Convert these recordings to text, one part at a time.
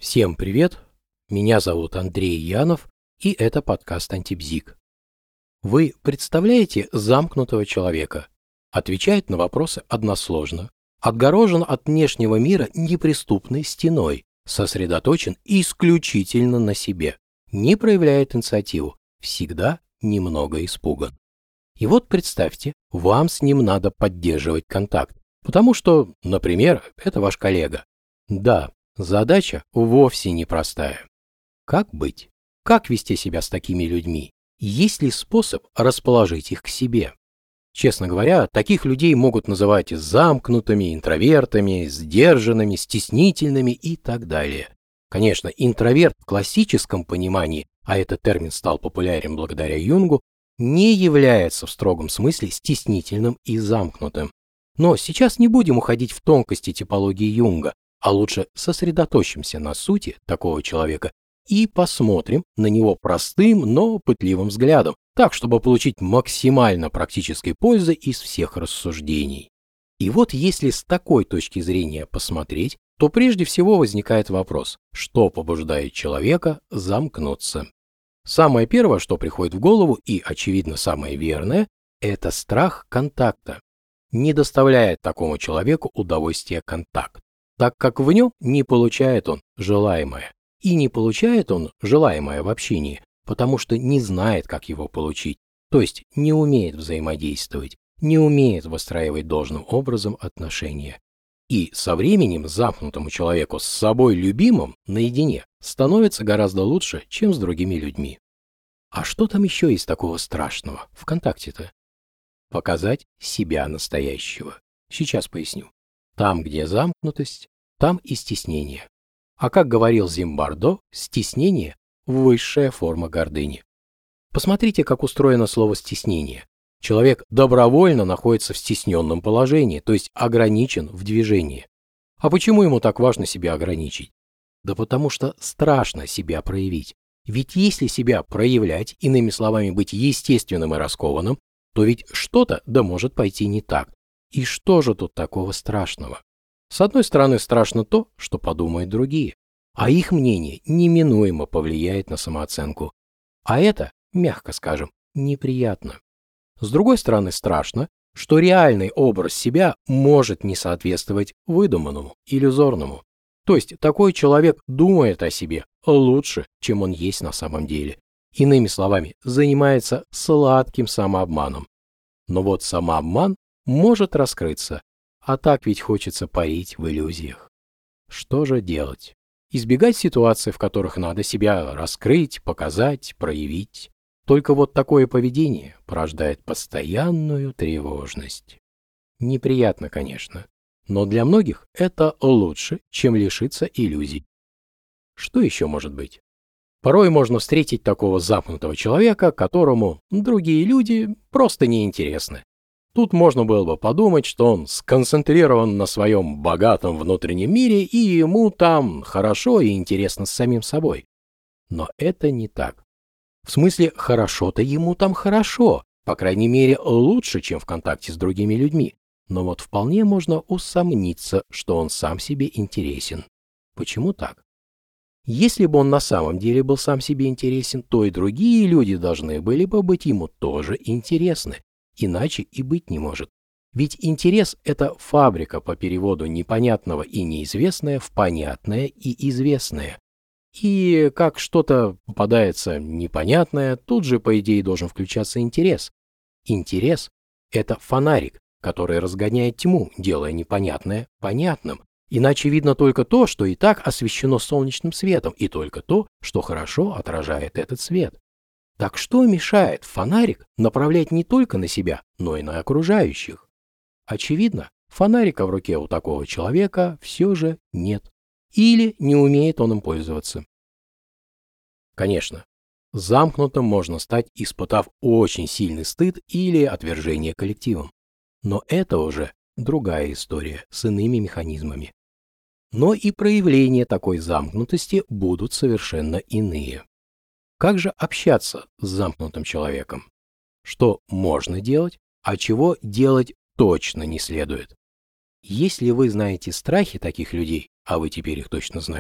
Всем привет! Меня зовут Андрей Янов, и это подкаст «Антибзик». Вы представляете замкнутого человека? Отвечает на вопросы односложно, отгорожен от внешнего мира неприступной стеной, сосредоточен исключительно на себе, не проявляет инициативу, всегда немного испуган. И вот представьте, вам с ним надо поддерживать контакт, потому что, например, это ваш коллега. Да, задача вовсе непростая. Как быть? Как вести себя с такими людьми? Есть ли способ расположить их к себе? Честно говоря, таких людей могут называть замкнутыми, интровертами, сдержанными, стеснительными и так далее. Конечно, интроверт в классическом понимании, а этот термин стал популярен благодаря Юнгу, не является в строгом смысле стеснительным и замкнутым. Но сейчас не будем уходить в тонкости типологии Юнга, а лучше сосредоточимся на сути такого человека и посмотрим на него простым, но пытливым взглядом, так, чтобы получить максимально практической пользы из всех рассуждений. И вот если с такой точки зрения посмотреть, то прежде всего возникает вопрос, что побуждает человека замкнуться. Самое первое, что приходит в голову, и, очевидно, самое верное, это страх контакта. Не доставляет такому человеку удовольствия контакт, так как в нем не получает он желаемое. И не получает он желаемое в общении, потому что не знает, как его получить, то есть не умеет взаимодействовать, не умеет выстраивать должным образом отношения. И со временем замкнутому человеку с собой любимым наедине становится гораздо лучше, чем с другими людьми. А что там еще есть такого страшного в контакте-то? Показать себя настоящего. Сейчас поясню. Там, где замкнутость, там и стеснение. А как говорил Зимбардо, стеснение – высшая форма гордыни. Посмотрите, как устроено слово «стеснение». Человек добровольно находится в стесненном положении, то есть ограничен в движении. А почему ему так важно себя ограничить? Да потому что страшно себя проявить. Ведь если себя проявлять, иными словами быть естественным и раскованным, то ведь что-то да может пойти не так. И что же тут такого страшного? С одной стороны, страшно то, что подумают другие, а их мнение неминуемо повлияет на самооценку. А это, мягко скажем, неприятно. С другой стороны, страшно, что реальный образ себя может не соответствовать выдуманному, иллюзорному. То есть такой человек думает о себе лучше, чем он есть на самом деле. Иными словами, занимается сладким самообманом. Но вот самообман может раскрыться, а так ведь хочется парить в иллюзиях. Что же делать? Избегать ситуаций, в которых надо себя раскрыть, показать, проявить. Только вот такое поведение порождает постоянную тревожность. Неприятно, конечно, но для многих это лучше, чем лишиться иллюзий. Что еще может быть? Порой можно встретить такого замкнутого человека, которому другие люди просто неинтересны. Тут можно было бы подумать, что он сконцентрирован на своем богатом внутреннем мире, и ему там хорошо и интересно с самим собой. Но это не так. В смысле, хорошо-то ему там хорошо, по крайней мере, лучше, чем в контакте с другими людьми. Но вот вполне можно усомниться, что он сам себе интересен. Почему так? Если бы он на самом деле был сам себе интересен, то и другие люди должны были бы быть ему тоже интересны. Иначе и быть не может. Ведь интерес – это фабрика по переводу непонятного и неизвестное в понятное и известное. И как что-то попадается непонятное, тут же, по идее, должен включаться интерес. Интерес – это фонарик, который разгоняет тьму, делая непонятное понятным. Иначе видно только то, что и так освещено солнечным светом, и только то, что хорошо отражает этот свет. Так что мешает фонарик направлять не только на себя, но и на окружающих? Очевидно, фонарика в руке у такого человека все же нет. Или не умеет он им пользоваться. Конечно, замкнутым можно стать, испытав очень сильный стыд или отвержение коллективом. Но это уже другая история с иными механизмами. Но и проявления такой замкнутости будут совершенно иные. Как же общаться с замкнутым человеком? Что можно делать, а чего делать точно не следует? Если вы знаете страхи таких людей, а вы теперь их точно знаете,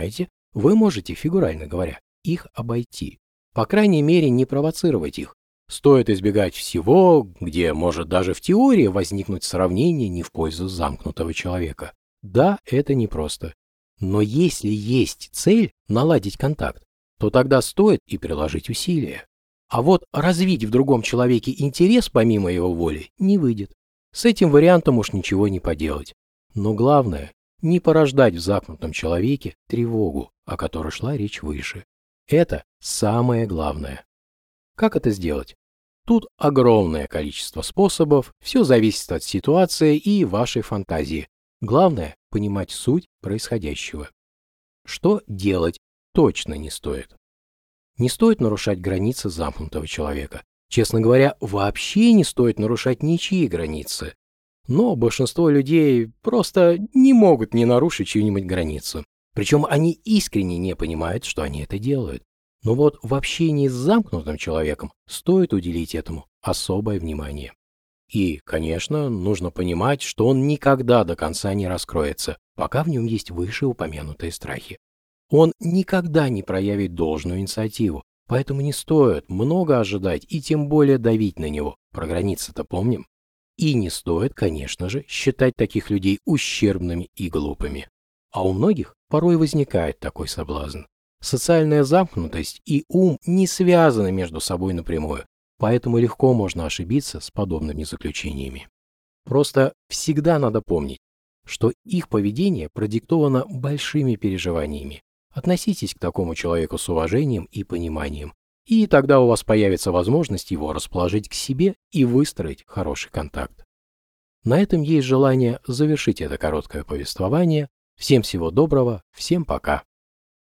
Вы можете, фигурально говоря, их обойти. По крайней мере, не провоцировать их. Стоит избегать всего, где может даже в теории возникнуть сравнение не в пользу замкнутого человека. Да, это непросто. Но если есть цель наладить контакт, то тогда стоит и приложить усилия. А вот развить в другом человеке интерес помимо его воли не выйдет. С этим вариантом уж ничего не поделать. Но главное, не порождать в замкнутом человеке тревогу, о которой шла речь выше. Это самое главное. Как это сделать? Тут огромное количество способов, все зависит от ситуации и вашей фантазии. Главное – понимать суть происходящего. Что делать точно не стоит? Не стоит нарушать границы замкнутого человека. Честно говоря, вообще не стоит нарушать ничьи границы. Но большинство людей просто не могут не нарушить чью-нибудь границу. Причем они искренне не понимают, что они это делают. Но вот в общении с замкнутым человеком стоит уделить этому особое внимание. И, конечно, нужно понимать, что он никогда до конца не раскроется, пока в нем есть вышеупомянутые страхи. Он никогда не проявит должную инициативу, поэтому не стоит много ожидать и тем более давить на него. Про границы-то помним. И не стоит, конечно же, считать таких людей ущербными и глупыми. А у многих порой возникает такой соблазн. Социальная замкнутость и ум не связаны между собой напрямую, поэтому легко можно ошибиться с подобными заключениями. Просто всегда надо помнить, что их поведение продиктовано большими переживаниями. Относитесь к такому человеку с уважением и пониманием, и тогда у вас появится возможность его расположить к себе и выстроить хороший контакт. На этом есть желание завершить это короткое повествование. Всем всего доброго, всем пока.